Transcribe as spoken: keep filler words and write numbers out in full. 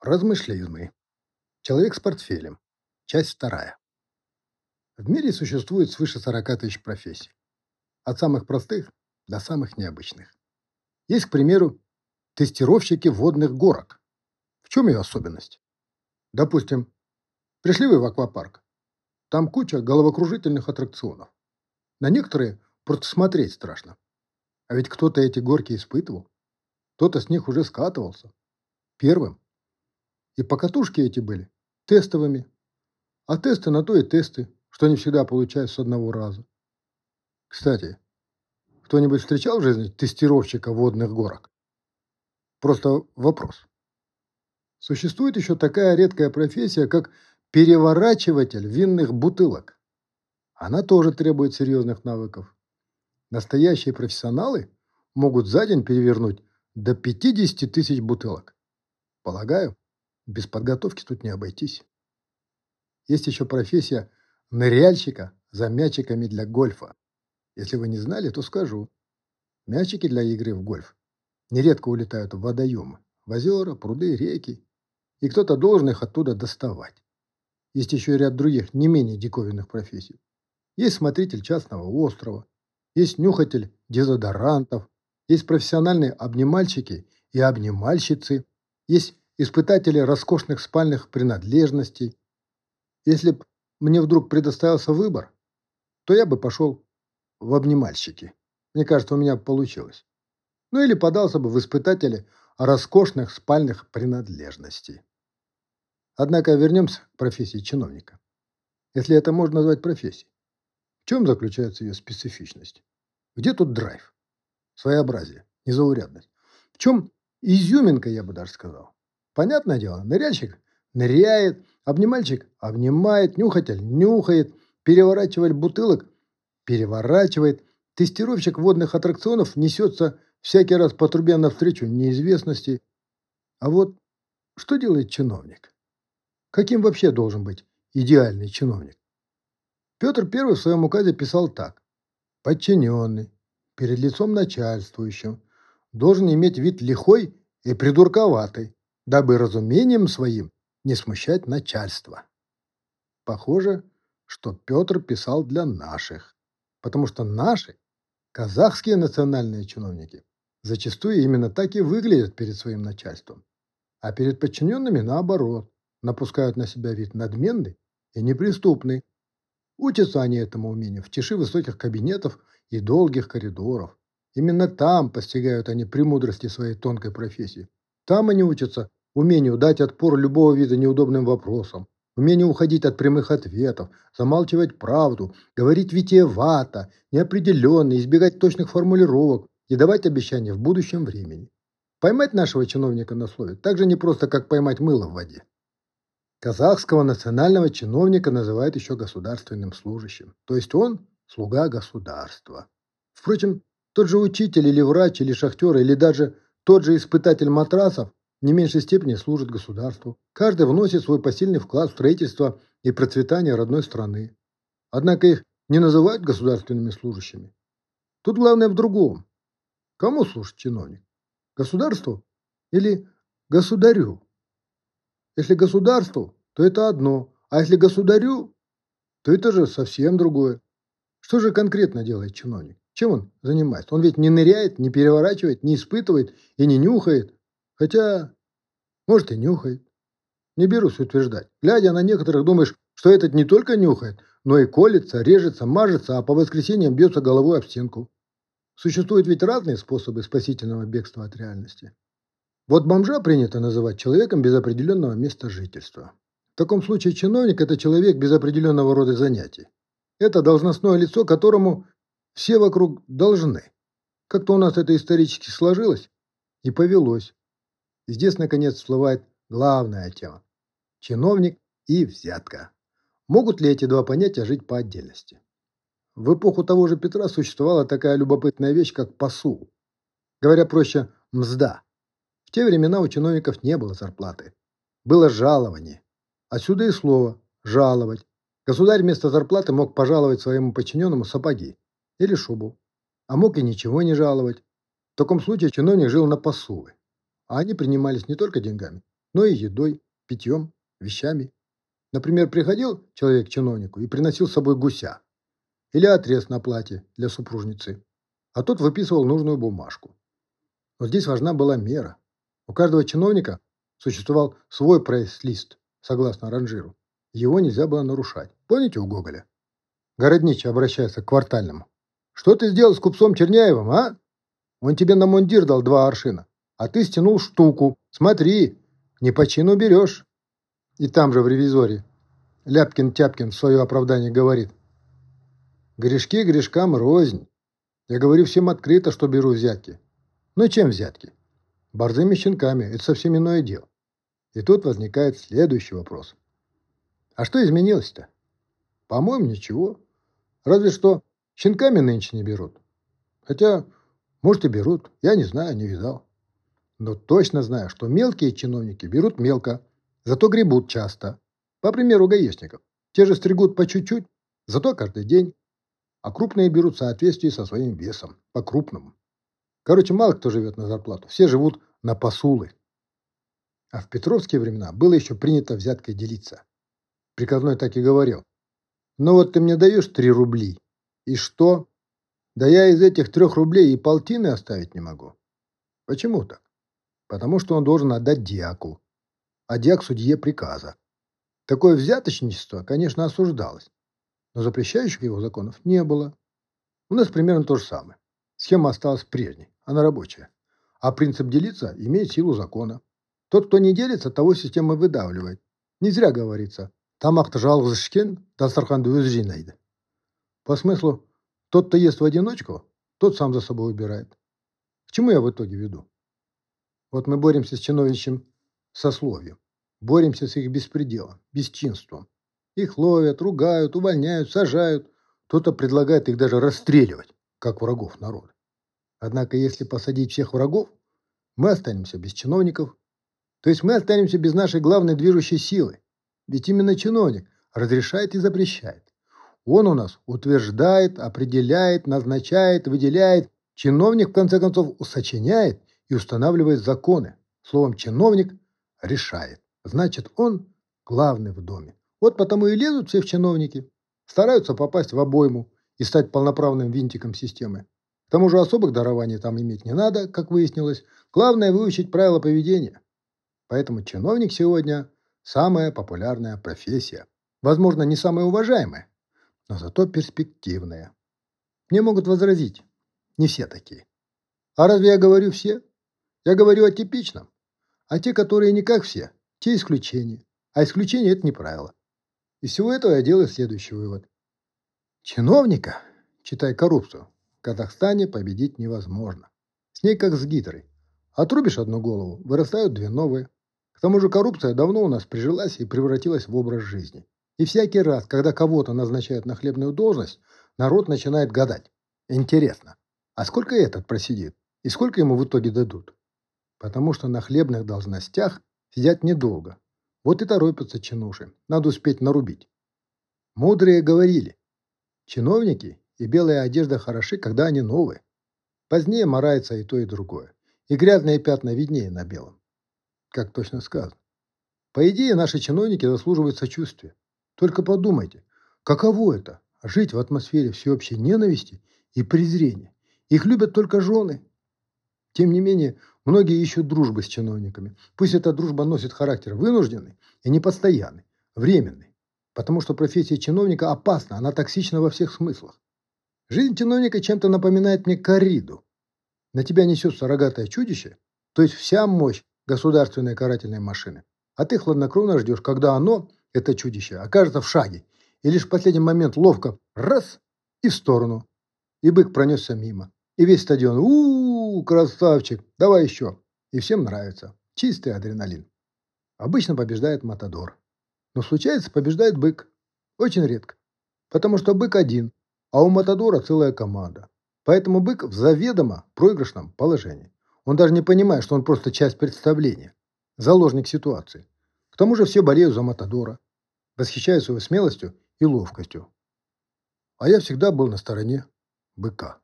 Размышлизмы. Человек с портфелем. Часть вторая. В мире существует свыше сорока тысяч профессий. От самых простых до самых необычных. Есть, к примеру, тестировщики водных горок. В чем ее особенность? Допустим, пришли вы в аквапарк. Там куча головокружительных аттракционов. На некоторые просто смотреть страшно. А ведь кто-то эти горки испытывал. Кто-то с них уже скатывался. Первым. И покатушки эти были тестовыми. А тесты на то и тесты, что не всегда получаются с одного раза. Кстати, кто-нибудь встречал в жизни тестировщика водных горок? Просто вопрос. Существует еще такая редкая профессия, как переворачиватель винных бутылок. Она тоже требует серьезных навыков. Настоящие профессионалы могут за день перевернуть до пятидесяти тысяч бутылок. Полагаю, без подготовки тут не обойтись. Есть еще профессия ныряльщика за мячиками для гольфа. Если вы не знали, то скажу. Мячики для игры в гольф нередко улетают в водоемы, в озера, пруды, реки, и кто-то должен их оттуда доставать. Есть еще и ряд других, не менее диковинных профессий. Есть смотритель частного острова, есть нюхатель дезодорантов, есть профессиональные обнимальщики и обнимальщицы, есть испытатели роскошных спальных принадлежностей. Если б мне вдруг предоставился выбор, то я бы пошел в обнимальщики. Мне кажется, у меня получилось. Ну или подался бы в испытатели роскошных спальных принадлежностей. Однако вернемся к профессии чиновника. Если это можно назвать профессией. В чем заключается ее специфичность? Где тут драйв? Своеобразие, незаурядность. В чем изюминка, я бы даже сказал? Понятное дело, ныряльщик ныряет, обнимальщик обнимает, нюхатель нюхает, переворачиватель бутылок переворачивает, тестировщик водных аттракционов несется всякий раз по трубе навстречу неизвестности. А вот что делает чиновник? Каким вообще должен быть идеальный чиновник? Петр Первый в своем указе писал так. Подчиненный перед лицом начальствующим должен иметь вид лихой и придурковатый, дабы разумением своим не смущать начальство. Похоже, что Петр писал для наших, потому что наши, казахские национальные чиновники, зачастую именно так и выглядят перед своим начальством, а перед подчиненными наоборот, напускают на себя вид надменный и неприступный. Учатся они этому умению в тиши высоких кабинетов и долгих коридоров. Именно там постигают они премудрости своей тонкой профессии. Там они учатся умению дать отпор любого вида неудобным вопросам, умению уходить от прямых ответов, замалчивать правду, говорить витиевато, неопределенно, избегать точных формулировок и давать обещания в будущем времени. Поймать нашего чиновника на слове так же непросто, как поймать мыло в воде. Казахского национального чиновника называют еще государственным служащим, то есть он слуга государства. Впрочем, тот же учитель или врач, или шахтер, или даже тот же испытатель матрасов в не меньшей степени служит государству. Каждый вносит свой посильный вклад в строительство и процветание родной страны. Однако их не называют государственными служащими. Тут главное в другом. Кому служит чиновник? Государству или государю? Если государству, то это одно, а если государю, то это же совсем другое. Что же конкретно делает чиновник? Чем он занимается? Он ведь не ныряет, не переворачивает, не испытывает и не нюхает. Хотя, может, и нюхает. Не берусь утверждать. Глядя на некоторых, думаешь, что этот не только нюхает, но и колется, режется, мажется, а по воскресеньям бьется головой об стенку. Существуют ведь разные способы спасительного бегства от реальности. Вот бомжа принято называть человеком без определенного места жительства. В таком случае чиновник – это человек без определенного рода занятий. Это должностное лицо, которому все вокруг должны. Как-то у нас это исторически сложилось и повелось. И здесь, наконец, всплывает главная тема – чиновник и взятка. Могут ли эти два понятия жить по отдельности? В эпоху того же Петра существовала такая любопытная вещь, как посул. Говоря проще, мзда. В те времена у чиновников не было зарплаты. Было жалование. Отсюда и слово «жаловать». Государь вместо зарплаты мог пожаловать своему подчиненному сапоги или шубу, а мог и ничего не жаловать. В таком случае чиновник жил на посулы, а они принимались не только деньгами, но и едой, питьем, вещами. Например, приходил человек к чиновнику и приносил с собой гуся или отрез на платье для супружницы, а тот выписывал нужную бумажку. Но здесь важна была мера. У каждого чиновника существовал свой прайс-лист, согласно ранжиру. Его нельзя было нарушать. Помните у Гоголя? Городничий обращается к квартальному. «Что ты сделал с купцом Черняевым, а? Он тебе на мундир дал два аршина, а ты стянул штуку. Смотри, не по чину берешь». И там же в ревизоре Ляпкин-Тяпкин в свое оправдание говорит: «Грешки грешкам рознь. Я говорю всем открыто, что беру взятки». Ну чем взятки? Борзыми щенками – это совсем иное дело. И тут возникает следующий вопрос. А что изменилось-то? По-моему, ничего. Разве что щенками нынче не берут. Хотя, может, и берут. Я не знаю, не видал. Но точно знаю, что мелкие чиновники берут мелко, зато гребут часто. По примеру гаишников. Те же стригут по чуть-чуть, зато каждый день. А крупные берут в соответствии со своим весом. По-крупному. Короче, мало кто живет на зарплату. Все живут на посулы. А в петровские времена было еще принято взяткой делиться. Приказной так и говорил. Ну вот ты мне даешь три рубли. И что? Да я из этих трех рублей и полтины оставить не могу. Почему так? Потому что он должен отдать дьяку. А дьяк судье приказа. Такое взяточничество, конечно, осуждалось. Но запрещающих его законов не было. У нас примерно то же самое. Схема осталась прежней. Она рабочая. А принцип делиться имеет силу закона. Тот, кто не делится, того система выдавливает. Не зря говорится. Тамақты жалғыз ішкен, дастарханды өзі жинайды. По смыслу, тот, кто ест в одиночку, тот сам за собой убирает. К чему я в итоге веду? Вот мы боремся с чиновничьим сословием. Боремся с их беспределом, бесчинством. Их ловят, ругают, увольняют, сажают. Кто-то предлагает их даже расстреливать, как врагов народа. Однако, если посадить всех врагов, мы останемся без чиновников. То есть мы останемся без нашей главной движущей силы. Ведь именно чиновник разрешает и запрещает. Он у нас утверждает, определяет, назначает, выделяет. Чиновник, в конце концов, сочиняет и устанавливает законы. Словом, чиновник решает. Значит, он главный в доме. Вот потому и лезут все в чиновники. Стараются попасть в обойму и стать полноправным винтиком системы. К тому же особых дарований там иметь не надо, как выяснилось. Главное выучить правила поведения. Поэтому чиновник сегодня самая популярная профессия. Возможно, не самая уважаемая, но зато перспективная. Мне могут возразить, не все такие. А разве я говорю все? Я говорю о типичном. А те, которые не как все, те исключения. А исключение – это не правило. Из всего этого я делаю следующий вывод. Чиновника, читай коррупцию, в Казахстане победить невозможно. С ней как с гидрой. Отрубишь одну голову, вырастают две новые. К тому же коррупция давно у нас прижилась и превратилась в образ жизни. И всякий раз, когда кого-то назначают на хлебную должность, народ начинает гадать. Интересно, а сколько этот просидит? И сколько ему в итоге дадут? Потому что на хлебных должностях сидят недолго. Вот и торопятся чинуши. Надо успеть нарубить. Мудрые говорили, чиновники и белая одежда хороши, когда они новые. Позднее морается и то, и другое. И грязные пятна виднее на белом. Как точно сказано. По идее, наши чиновники заслуживают сочувствия. Только подумайте, каково это – жить в атмосфере всеобщей ненависти и презрения. Их любят только жены. Тем не менее, многие ищут дружбы с чиновниками. Пусть эта дружба носит характер вынужденный и непостоянный, временный. Потому что профессия чиновника опасна, она токсична во всех смыслах. Жизнь чиновника чем-то напоминает мне корриду. На тебя несется рогатое чудище, то есть вся мощь государственной карательной машины. А ты хладнокровно ждешь, когда оно, это чудище, окажется в шаге. И лишь в последний момент ловко раз и в сторону. И бык пронесся мимо. И весь стадион у-у-у, красавчик, давай еще. И всем нравится. Чистый адреналин. Обычно побеждает матадор. Но случается, побеждает бык. Очень редко. Потому что бык один, а у матадора целая команда. Поэтому бык в заведомо проигрышном положении. Он даже не понимает, что он просто часть представления. Заложник ситуации. К тому же все болеют за матадора. Восхищаются его смелостью и ловкостью. А я всегда был на стороне быка.